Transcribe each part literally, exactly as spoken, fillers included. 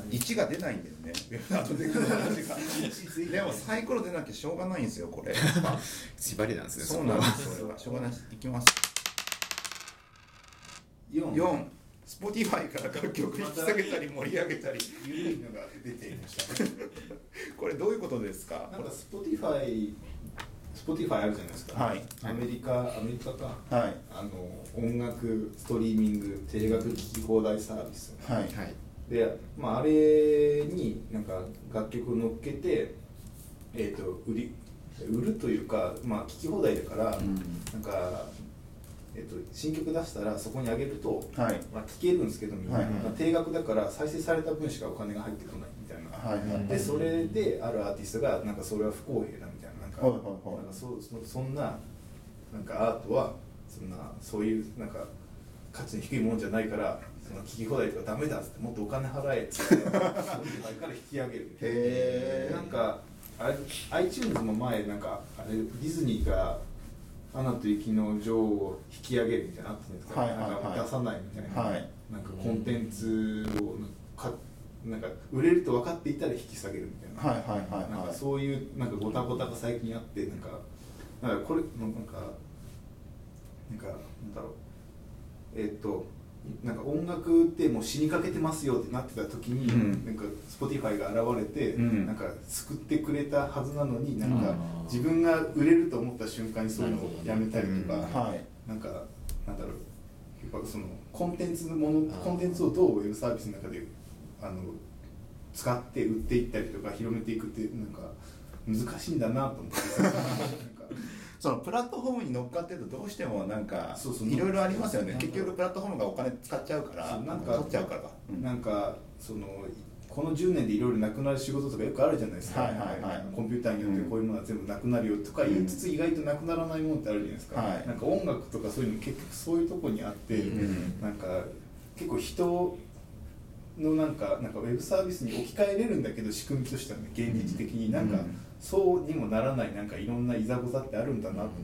いちが出ないんだよね、ウェブアートテックの話がでもサイコロ出なきゃしょうがないんですよこれ縛りなんですね。 そうなんです、それはしょうがないです。いきます。よん、よん、Spotify から楽曲引き下げたり盛り上げたり緩いのが出ていましたねこれどういうことですか？ なんか Spotify Spotify あるじゃないですか、はい、アメリカ、アメリカか、はい、あの音楽ストリーミング定額聴き放題サービス、はいはい、で、まあ、あれになんか楽曲を乗っけて、えー、と売り売るというか、まあ、聴き放題だから、うん、なんか、えー、と新曲出したらそこに上げると、はいまあ、聴けるんですけどみんな、はいはいまあ、定額だから再生された分しかお金が入ってこないみたいな、はいはい、でそれであるアーティストがなんかそれは不公平だみたいななんか、はいはいはい、なんか そ, そ, そんななんかアートはそんなそういうなんか価値の低いものじゃないからその聞き放題とかダメだっつってもっとお金払えっつってそういうから引き上げるへなんかあれ iTunes も前なんかあれディズニーがアナと雪の女王を引き上げるみたいなのあったんですか、はいはいはい、なんか出さないみたいな、はい、なんかコンテンツをかなんか売れると分かっていたら引き下げるみたいな、はいはいはいはい、なんかそういうなんかゴタゴタが最近あってなんかなんかこれなんかなんかなんだろうえー、っとなんか音楽ってもう死にかけてますよってなってた時に、うん、なんか Spotify が現れて、うん、なんか救ってくれたはずなのになんか自分が売れると思った瞬間にそういうのをやめたりとか、うんはい、なんかなんだろうやっぱそのコンテンツのものコンテンツをどうウェブサービスの中であの使って売っていったりとか広めていくってなんか難しいんだなと思ってなんかそのプラットフォームに乗っかってるとどうしてもなんかいろいろありますよね。結局プラットフォームがお金使っちゃうからなんか取っちゃうからか、うん、なんかそのこのじゅうねんでいろいろなくなる仕事とかよくあるじゃないですか、はいはいはい、コンピューターによってこういうものは全部なくなるよとか言いつつ意外となくならないものってあるじゃないですか、はい、なんか音楽とかそういうの結局そういうとこにあって、うん、なんか結構人のなんかなんかウェブサービスに置き換えれるんだけど仕組みとしてはね現実的になんか、うんそうにもならないなんかいろんないざこざってあるんだなと思って、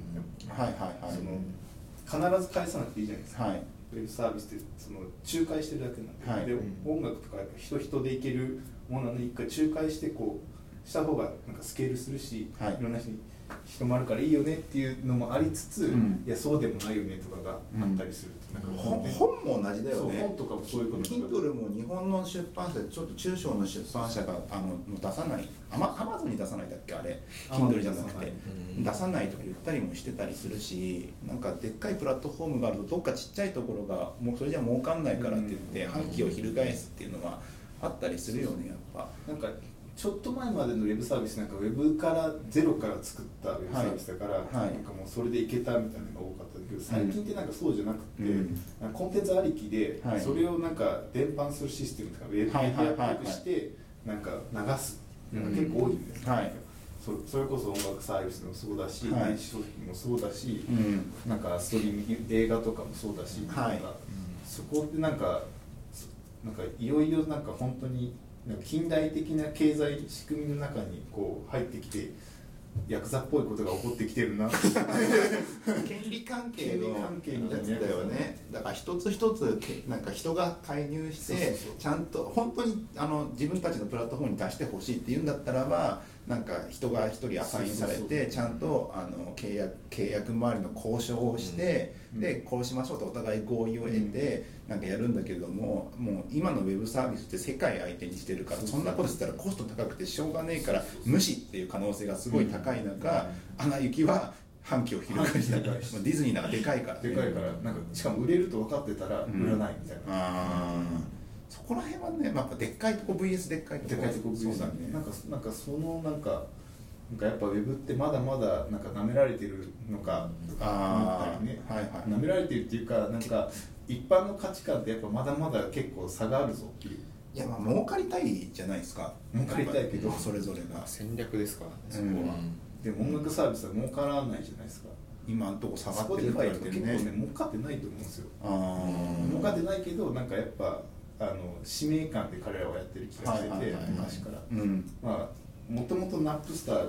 はいはいはい、その必ず返さなくていいじゃないですか、はい、ウェブサービスってその仲介してるだけなんで、はい、で音楽とかやっぱ人人でいけるものに一回仲介してこうした方がなんかスケールするし、はい、いろんな人に人もあるからいいよねっていうのもありつつ、うん、いやそうでもないよねとかがあったりする、うん、なんか本も同じだよね。 本とかもそういうこと。 Kindle も日本の出版社でちょっと中小の出版社があの出さないアマゾンに出さないだっけあれ Kindle じゃなくて出さないとか言ったりもしてたりするしなんかでっかいプラットフォームがあるとどっかちっちゃいところがもうそれじゃ儲かんないからって言って反旗を翻すっていうのがあったりするよねやっぱ。 なんかちょっと前までのウェブサービスなんかウェブからゼロから作ったウェブサービスだから、はい、なんかもうそれでいけたみたいなのが多かったけど最近ってなんかそうじゃなくて、うん、なんかコンテンツありきで、はい、それをなんか伝播するシステムとかウェブでやってしてなんか流すのが結構多いんですよ、ね、はい、そ, それこそ音楽サービスもそうだし、はい、電子商品もそうだし、うん、なんかストリーミング映画とかもそうだし、はい、なんかそこってなんかなんかいよいよなんか本当になんか近代的な経済仕組みの中にこう入ってきてヤクザっぽいことが起こってきてるな権利関係のやつだよね。だから一つ一つなんか人が介入してちゃんと本当にあの自分たちのプラットフォームに出してほしいっていうんだったらばなんか人が一人アサインされてちゃんとあの契約契約周りの交渉をして、うん、でこうしましょうとお互い合意を得て、うん、なんかやるんだけれどももう今のウェブサービスって世界相手にしてるからそんなことしたらコスト高くてしょうがねえから無視っていう可能性がすごい高い中、うん、アナ雪は反旗を翻したディズニーなんかでかいから、ね、 でかいからなんかしかも売れると分かってたら売らないみたいな、うん、あそこら辺はね、まあ、でっかいとこ ブイエス でっかいとこでっかいとこ ブイエス だね。なんかなんかそのなんかなんかやっぱウェブってまだまだなんか舐められてるのかとか思ったりね、はいはい、舐められてるっていうかなんか一般の価値観ってやっぱまだまだ結構差があるぞっていう。 いやまあ儲かりたいじゃないですか。 儲かりたいけどそれぞれが戦略ですかそこは、 うん、でも音楽サービスは儲からないじゃないですか。 今のとこ下がってるって結構ね儲かってないと思うんですよ。あ儲かってないけどなんかやっぱあの使命感で彼らはやってる気がしてて、はいはいはい、昔から、うん、まあもともとナップスター、はい、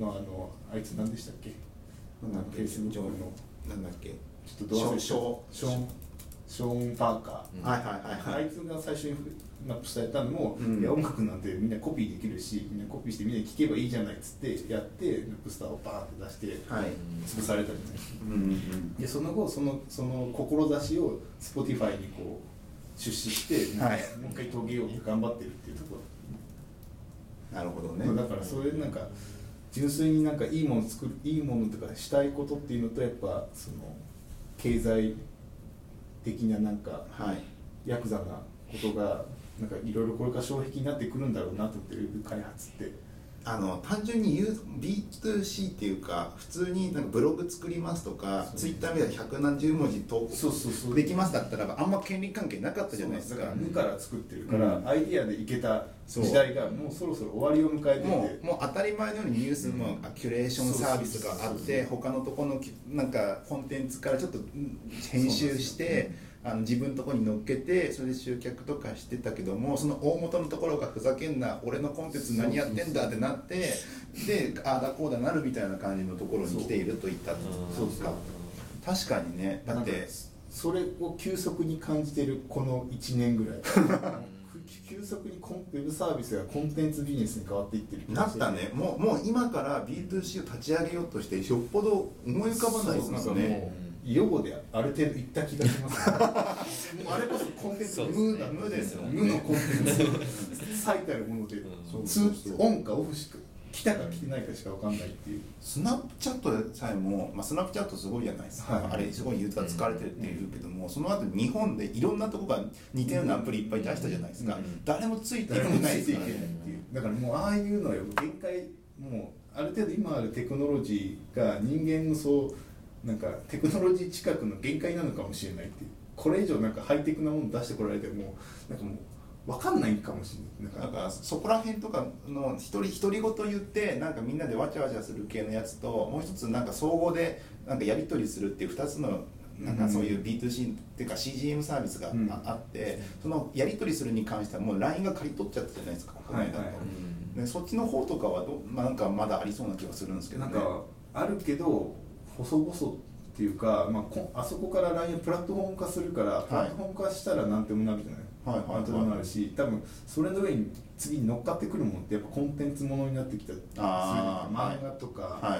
のあのあいつ何でしたっけ？ なんだっけ？上のなんだっけ？ ちょっとどうせショーショーショーン・パーカー、はいはいはい、あいつが最初にナップされたのも、うん、いや音楽なんてみんなコピーできるしみんなコピーしてみんな聴けばいいじゃないっつってやってナップスターをバーって出して、はい、潰されたんです、うんうん、でその後そのその志を Spotify にこう出資して、はい、もう一回遂げようと頑張ってるっていうところ。 なるほどね。 だからそういうなんか純粋になんかいいもの作るいいものとかしたいことっていうのとやっぱその経済的ななんか、はい、ヤクザなことがなんかいろいろこれから障壁になってくるんだろうなと思ってウェブ開発ってあの単純に ビーツーシー っていうか普通になんかブログ作りますとかツイッターみたいな百何十文字投稿できますだったらあんま権利関係なかったじゃないですか。 無から作ってるから、うん、アイディアでいけた時代がもうそろそろ終わりを迎えててもう、もう当たり前のようにニュースもキュレーションサービスがあって他のところのなんかコンテンツからちょっと編集してあの自分のところに乗っけてそれで集客とかしてたけどもその大元のところがふざけんな俺のコンテンツ何やってんだってなってでああだこうだなるみたいな感じのところに来ているといったそうですか。確かにね。だってそれを急速に感じてるこのいちねんぐらい急速にコンウェブサービスがコンテンツビジネスに変わっていってるなったね。もう、もう今から ビーツーシー を立ち上げようとしてよっぽど思い浮かばないですもんね。 用語である程度いった気がします、ね、あれこそコンテンツ無だ、無ですよ。無のコンテンツ最たるもので、オンかオフしか来たか来てないかしか分かんないっていう。 スナップチャットでさえも、まあ、スナップチャットすごいじゃないですか、はい、あれすごいユーザー使われてるっていうけども、うん、その後日本でいろんなとこが似たようなアプリいっぱい出したじゃないですか、うん、誰もついていけないですからね。 だからもうああいうのよ限界もうある程度今あるテクノロジーが人間のそうなんかテクノロジー近くの限界なのかもしれないっていう。これ以上なんかハイテクなもの出してこられてもなんかもう分かんないかもしれない。 なんかそこら辺とかの一人独り言言ってなんかみんなでわちゃわちゃする系のやつともう一つなんか総合でなんかやり取りするっていうふたつのなんかそういう ビーツーシー っていうか シージーエム サービスがあって、うん、そのやり取りするに関してはもう ライン が借り取っちゃったじゃないですか。はいはいはい、でそっちの方とかはど、まあ、なんかまだありそうな気がするんですけどね。 なんかあるけど細々っていうか、まあ、あそこから ライン をプラットフォーム化するから、はい、プラットフォーム化したら何でもなるじゃない。はいはいはい、なんとでもなるし多分それの上に次に乗っかってくるものってやっぱコンテンツものになってきたりする。漫画とか、はい、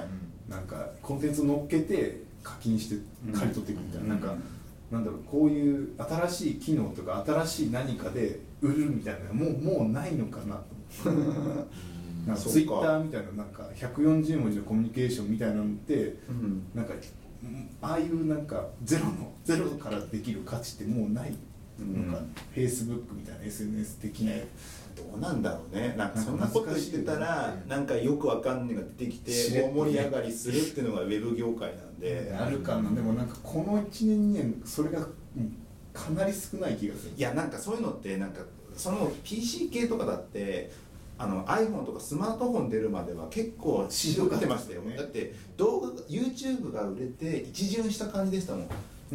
なんかコンテンツを乗っけて課金して借り取っていくみたいな、うん、なんかなんだろうこういう新しい機能とか新しい何かで売るみたいなもうもうないのかなとなんかツイッターみたいななんかひゃくよんじゅうもじのコミュニケーションみたいなのって、うん、なんかああいうなんかゼロのゼロからできる価値ってもうないのか、うん、フェイスブックみたいな エスエヌエス 的な。 どうなんだろうね。なんかそんなこと言ってたらなんかよくわかんないが出てきて大盛り上がりするっていうのがウェブ業界なんであるかな。でもなんかこのいちねんにねんそれがかなり少ない気がする。 いやなんかそういうのってなんかその ピーシー 系とかだってあの iPhone とかスマートフォン出るまでは結構市場が出ましたよね。だって動画 YouTube が売れて一巡した感じでしたもん。うん、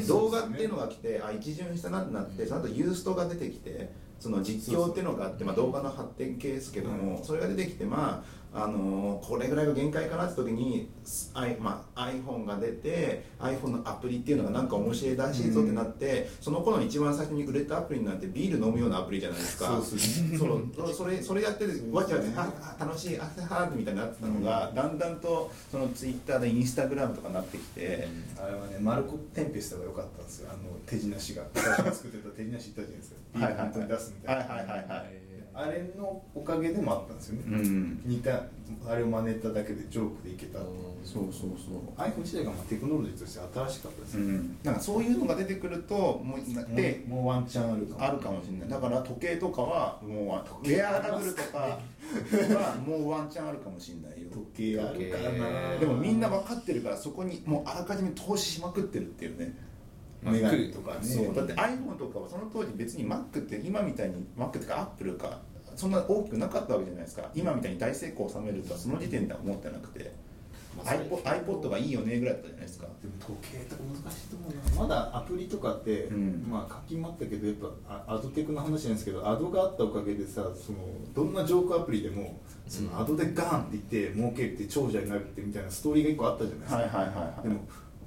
動画っていうのが来てあ一巡したなってなってその後ユーストが出てきてその実況っていうのがあって、まあ、動画の発展系ですけども、うん、それが出てきてまああのー、これぐらいが限界かなって時に、Iまあ、iPhone が出て iPhone のアプリっていうのがなんか面白いらしいぞってなって、うん、その頃に一番最初に売れたアプリなんてビール飲むようなアプリじゃないですか。そうですね。そ, それそれやってわちゃわちゃあ楽しいあはみたいになってたのが、うん、だんだんとその Twitter でインスタグラムとかになってきて、 うん、あれはねマルコ・テンペストが良かったんですよ。あの手品師が最初に作ってた手品師いたじゃないですか。ビール本当に出すみたいな。はいはいはいはい。あれのおかげでもあったんですよね、うん、似たあれを真似ただけでジョークでいけた。そうそうそう iPhone 自体がまあテクノロジーとして新しかったですよ、うん、 なんかそういうのが出てくるともうでもうワンチャンあるかもあるかもしれない。だから時計とかはもうウェアラブルとかはもうワンチャンあるかもしれないよ。 時計あるからな。 でもみんな分かってるからそこにもうあらかじめ投資しまくってるっていうね。 メガネとかね。 そうだって iPhone とかはその当時別に Mac って今みたいに Mac っていうか Apple かそんな大きくなかったわけじゃないですか。今みたいに大成功を収めるとはその時点では思ってなくて、まあ、iPod, iPod がいいよねぐらいだったじゃないですか。 でも時計とか難しいと思うな。まだアプリとかって、うん、まあ課金もあったけどやっぱアドテクの話なんですけどアドがあったおかげでさそのどんなジョークアプリでもそのアドでガーンっていって儲けるって長者になるってみたいなストーリーが一個あったじゃないですか。はいはいはいはい、でも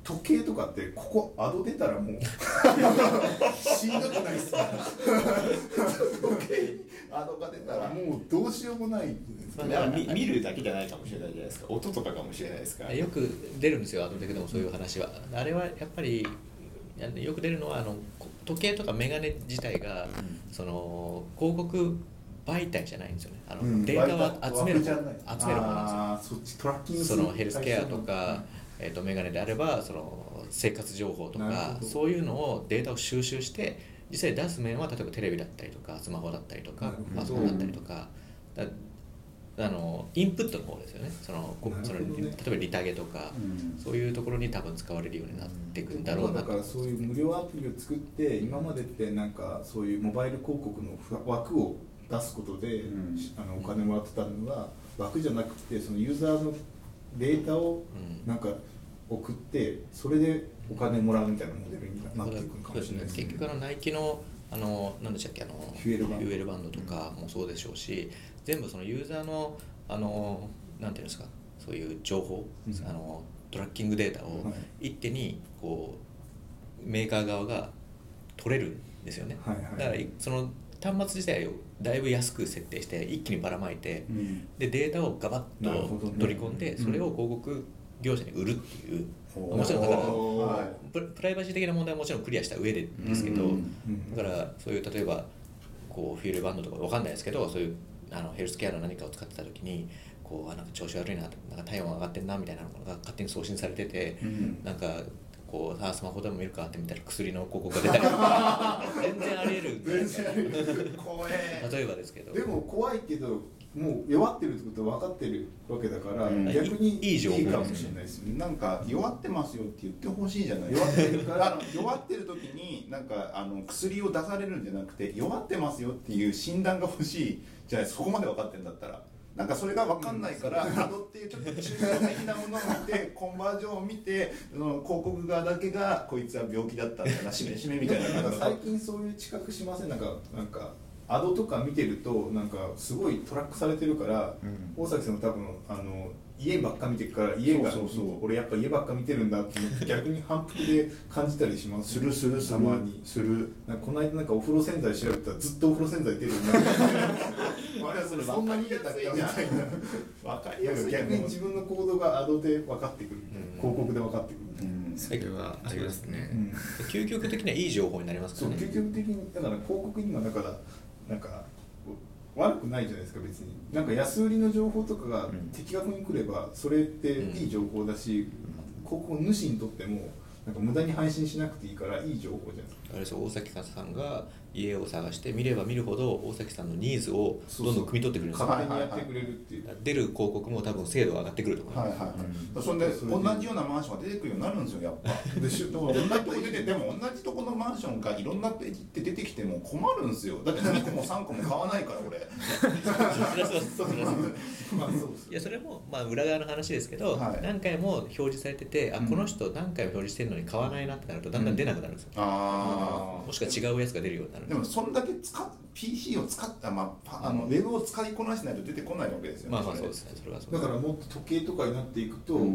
時計とかってここアド出たらもうしんどくないですか時計にアドが出たらもうどうしようもない、 まあ、見, 見るだけじゃないかもしれないじゃないですか、音とかかもしれないですから。 よく出るんですよアドテクでもそういう話は。あれはやっぱりよく出るのはあの時計とかメガネ自体が、うん、その広告媒体じゃないんですよね。あの、うん、データを集める集めるものなんですよ。 そっちトラッキングそのヘルスケアとか、えー、とメガネであればその生活情報とかそういうのをデータを収集して実際出す面は例えばテレビだったりとかスマホだったりとかパソコンだったりとか、だあのインプットの方ですよね。その、ね、その例えばリタゲとか、うん、そういうところに多分使われるようになっていくんだろうなと。 だからそういう無料アプリを作って今までってなんかそういうモバイル広告の枠を出すことで、うん、あのお金もらってたのが枠じゃなくてそのユーザーのデータをなんか送ってそれでお金もらうみたいなモデルになっていくかもしれないですね。 結局あのナイキのあの何でしたっけあのフュエルバンド、 フュエルバンドとかもそうでしょうし、全部そのユーザーのあのなんていうんですかそういう情報、うん、あのトラッキングデータを一手にこうメーカー側が取れるんですよね。はいはい、だからその端末自体をだいぶ安く設定して一気にばらまいて、うん、でデータをガバッと取り込んで、ね、それを広告業者に売るっていう、うん、もちろんだからプライバシー的な問題はもちろんクリアした上でですけど、うん、だからそういう例えばこうフィールバンドとかわかんないですけどそういうあのヘルスケアの何かを使ってた時にこうなんか調子悪いな、なんか体温上がってんなみたいなのが勝手に送信されてて、うん、なんかこうあスマホでも見るかって見たら薬の広告が出たりとか全然あり得るんですよ。 怖い例えばですけど。 でも怖いけどもう弱ってるってことは分かってるわけだから、うん、逆にいい情報かもしれないですよね。 なんか弱ってますよって言ってほしいじゃないですか。弱ってるから弱ってる時になんかあの薬を出されるんじゃなくて弱ってますよっていう診断が欲しいじゃないですか。そこまで分かってるんだったら。なんかそれが分かんないから、アドっていうちょっと抽象的なものを見てコンバージョンを見てその広告側だけがこいつは病気だったんだなしめしめみたいな。 なんか最近そういう知覚しません？なんかなんかアドとか見てるとなんかすごいトラックされてるから、うん、大崎さんも多分あの家ばっか見てるから家がそうそうそう俺やっぱ家ばっか見てるんだって逆に反復で感じたりします。 するするたまにする。 なんかこの間なんかお風呂洗剤調べたらずっとお風呂洗剤出るんだそんなに出たっけみたいな。分かりやすい。逆に自分の行動がアドで分かってくる、うん、広告で分かってくる、 うん、それはありますね、 うん、究極的にはいい情報になりますからね。 そう究極的にだから広告にはだからなんか悪くないじゃないですか別に。なんか安売りの情報とかが的確に来ればそれっていい情報だし、うん、広告主にとってもなんか無駄に配信しなくていいからいい情報じゃないですか。 あれですよ、大崎さんが家を探して見れば見るほど大崎さんのニーズをどんどん汲み取ってくれるんですよ。 勝手にやってくれるっていう、 出る広告も多分精度が上がってくると思います。はいはいはいうん、それで同じようなマンションが出てくるようになるんですよやっぱ。でしょ同じとこ出てでも同じとこのマンションがいろんなページって出てきても困るんですよ。だってにこもさんこも買わないから俺。 いやそれもまあ裏側の話ですけど、はい、何回も表示されててあこの人何回も表示してるのに買わないなってなるとだんだん出なくなるんですよ。うん、あもしくは違うやつが出るようになる。 でもそんだけ使っ ピーシー を使った、まあ、あのウェブを使いこなしないと出てこないわけですよね。 まあまあそうですね。それはそうだからもっと時計とかになっていくと、うん、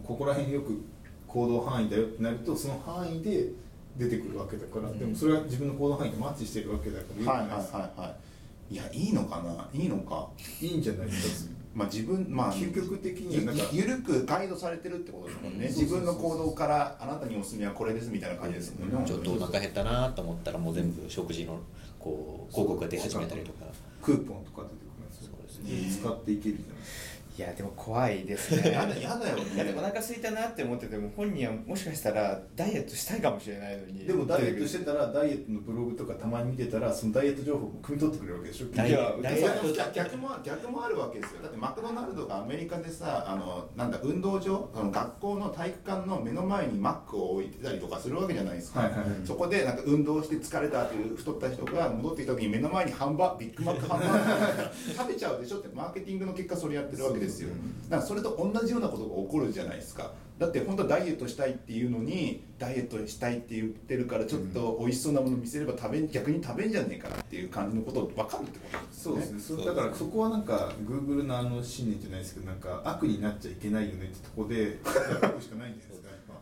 ここら辺よく行動範囲だよってなるとその範囲で出てくるわけだから、うん、でもそれは自分の行動範囲とマッチしてるわけだからはいはいはいはい。いやいいのかないいのかいいんじゃないですか。 まあ自分まあ究極的になんかゆるくガイドされてるってことですもんね。自分の行動からあなたにおすすめはこれですみたいな感じですもんね。 ちょっとお腹減ったなと思ったらもう全部食事のこう広告が出始めたりとかクーポンとか出てくるんですよ。そうですね。使っていけるじゃないですか。 いやでも怖いですね。 やだやだよね。 いやでもお腹空いたなって思ってても本人はもしかしたらダイエットしたいかもしれないのに。 でもダイエットしてたらダイエットのブログとかたまに見てたらそのダイエット情報も汲み取ってくれるわけでしょ。 いやいや逆も逆もあるわけですよ。だってマクドナルドがアメリカでさあのなんだ運動場あの学校の体育館の目の前にマックを置いてたりとかするわけじゃないですか。はいはいはい、そこでなんか運動して疲れたという太った人が戻ってきた時に目の前にハンバービッグマックハンバーガー食べちゃうでしょってマーケティングの結果それやってるわけですよ。だからそれと同じようなことが起こるじゃないですか。だって本当はダイエットしたいっていうのにダイエットしたいって言ってるからちょっと美味しそうなもの見せれば食べ逆に食べんじゃねえかなっていう感じのことを分かるってことですね。 そうですね。だからそこはなんか Google のあの信念じゃないですけどなんか悪になっちゃいけないよねってとこでやるしかないんじゃないですか。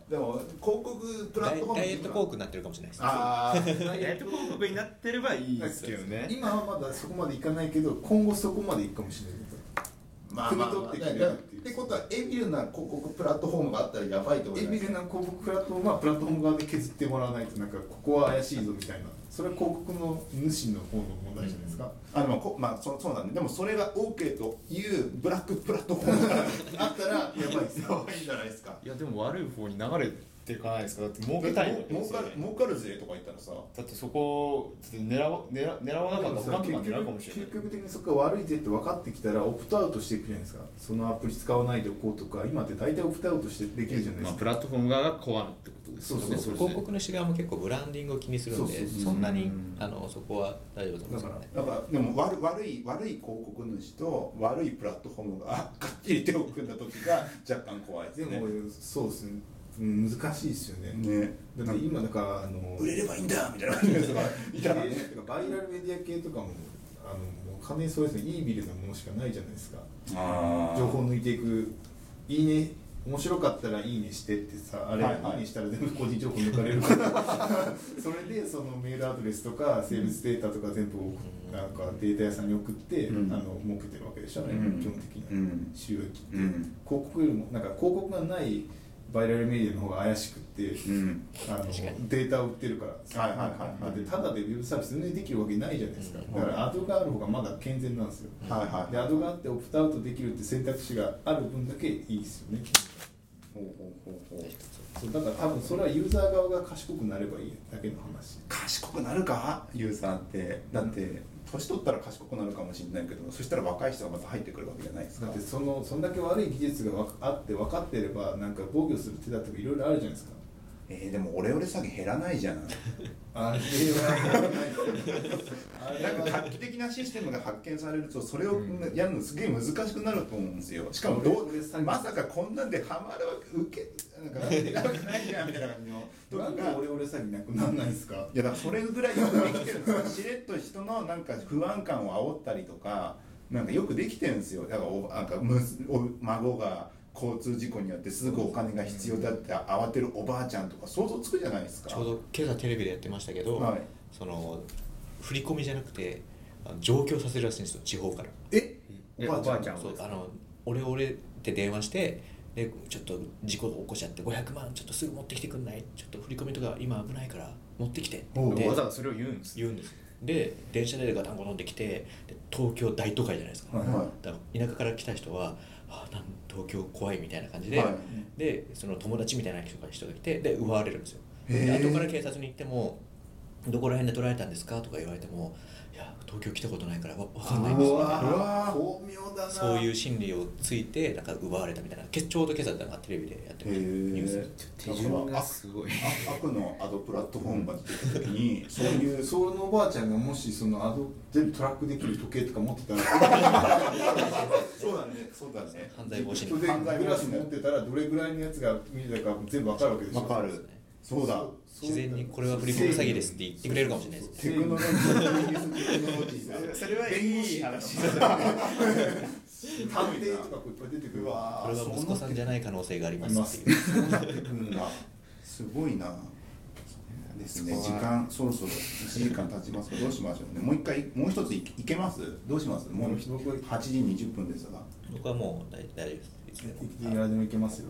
でも広告プラットフォームダイエット広告になってるかもしれないです。 ああダイエット広告になってればいいですけどね。 今はまだそこまでいかないけど今後そこまでいくかもしれない。 まあまあまあ、ってことはエビルな広告プラットフォームがあったらやばいってことじゃないですか。 エビルな広告プラットフォームはプラットフォーム側で削ってもらわないとなんかここは怪しいぞみたいな、それは広告の主の方の問題じゃないですか。 うん、あでもこまあそそうなんで、でもそれが OK というブラックプラットフォームがあったらやばいですよ。いいじゃないですか。 いやでも悪い方に流れていかないですか。だって儲けたいの儲かる儲かるぜとか言ったらさ、 だってそこ狙わ狙狙わなかったら他の人が狙うかもしれない。 究極的にそこが悪いぜって分かってきたらオプトアウトしていくじゃないですか。そのアプリ使わないでおこうとか、今って大体オプトアウトしてできるじゃないですか。まあ、 プラットフォーム側が怖いってことですね。 そうそうそう、広告主側も結構ブランディングを気にするんで、そうそうそう、そんなにあのそこは大丈夫だと思いますね。 だからだからでも悪悪い悪い広告主と悪いプラットフォームががっちり手を組んだ時が若干怖いですね。 でもそうですね。難しいですよね。ね、だって今だからあの売れればいいんだみたいな感じですが、いたらね。 バイラルメディア系とかもあのもう完全にそうですね。いいビルなものしかないじゃないですか。 あ情報を抜いていく、いいね面白かったらいいねしてってさ、あれ、はいはい、いいねしたら全部個人情報抜かれるからそれでそのメールアドレスとかセールスデータとか全部なんかデータ屋さんに送って、うん、あの儲けてるわけでしょ、ね、うん、基本的に収益って、うん、広告よりもなんか広告がないバイラルメディアの方が怪しくって、うん、あのデータを売ってるから、はいはいはいはい、だってただでウェブサービス運営できるわけないじゃないですか、うん、だからアドがある方がまだ健全なんですよ、はいはい、でアドがあってオプトアウトできるって選択肢がある分だけいいですよね。ほうほうほうほう。そうだから多分それはユーザー側が賢くなればいいだけの話。 賢くなるかユーザーって。だって年取ったら賢くなるかもしれないけど、そしたら若い人がまた入ってくるわけじゃないですか。 だってそのそんだけ悪い技術があって分かってればなんか防御する手だとかいろいろあるじゃないですか。 えー、でもオレオレ詐欺減らないじゃん。 あれは減らないなんか画期的なシステムが発見されるとそれをやるのすげえ難しくなると思うんですよ。しかもどうまさかこんなんでハマるわけ受けなんか出るわけないじゃんみたいな感じの。 なんでオレオレ詐欺なくなんないですか。 いやだからそれぐらいよくできてるんですよ。しれっと人のなんか不安感を煽ったりとかなんかよくできてるんですよ。だからおなんかむお孫が交通事故によってすぐお金が必要だって慌てるおばあちゃんとか想像つくじゃないですか。 ちょうど今朝テレビでやってましたけど、はい、その振り込みじゃなくて上京させるらしいんですよ、地方から。 えおばあちゃん。 そう、あのオレオレって電話してでちょっと事故を起こしちゃってごひゃくまんちょっとすぐ持ってきてくんない、ちょっと振り込みとか今危ないから持ってきてでわざわざそれを言うんです言うんですで電車でガタンゴトンって来てで東京大都会じゃないですか、はいはい、だから田舎から来た人はあなん東京怖いみたいな感じで、はい、でその友達みたいな人が人が来てで奪われるんですよ。で後から警察に行ってもどこら辺で取られたんですかとか言われてもいや東京来たことないからわ分かんないんですよ、ね、 巧妙だな。 そういう心理をついてなんか奪われたみたいなちょうど今朝なんかテレビでやってましたニュース。 手順がすごい悪のアドプラットフォームが出てきた時にそういうそのおばあちゃんがもしそのアド全部トラックできる時計とか持ってたらそうだねそうだね犯罪防止に犯罪グラス持ってたらどれぐらいのやつが見てたか全部わかるわけでしょ。 わかる。そうだ自然にこれは振り込み詐欺ですって言ってくれるかもしれないですね。 テクノロジーそれはいい話探偵とかいっぱい出てくるわ。 これは息子さんじゃない可能性がありますっていうすごいなですね。時間そろそろいちじかん経ちますがどうしましょうね。もう一回もう一ついけます？どうします？もうはちじにじゅっぷんですが僕はもう大丈夫です。 いつでもいけますよ。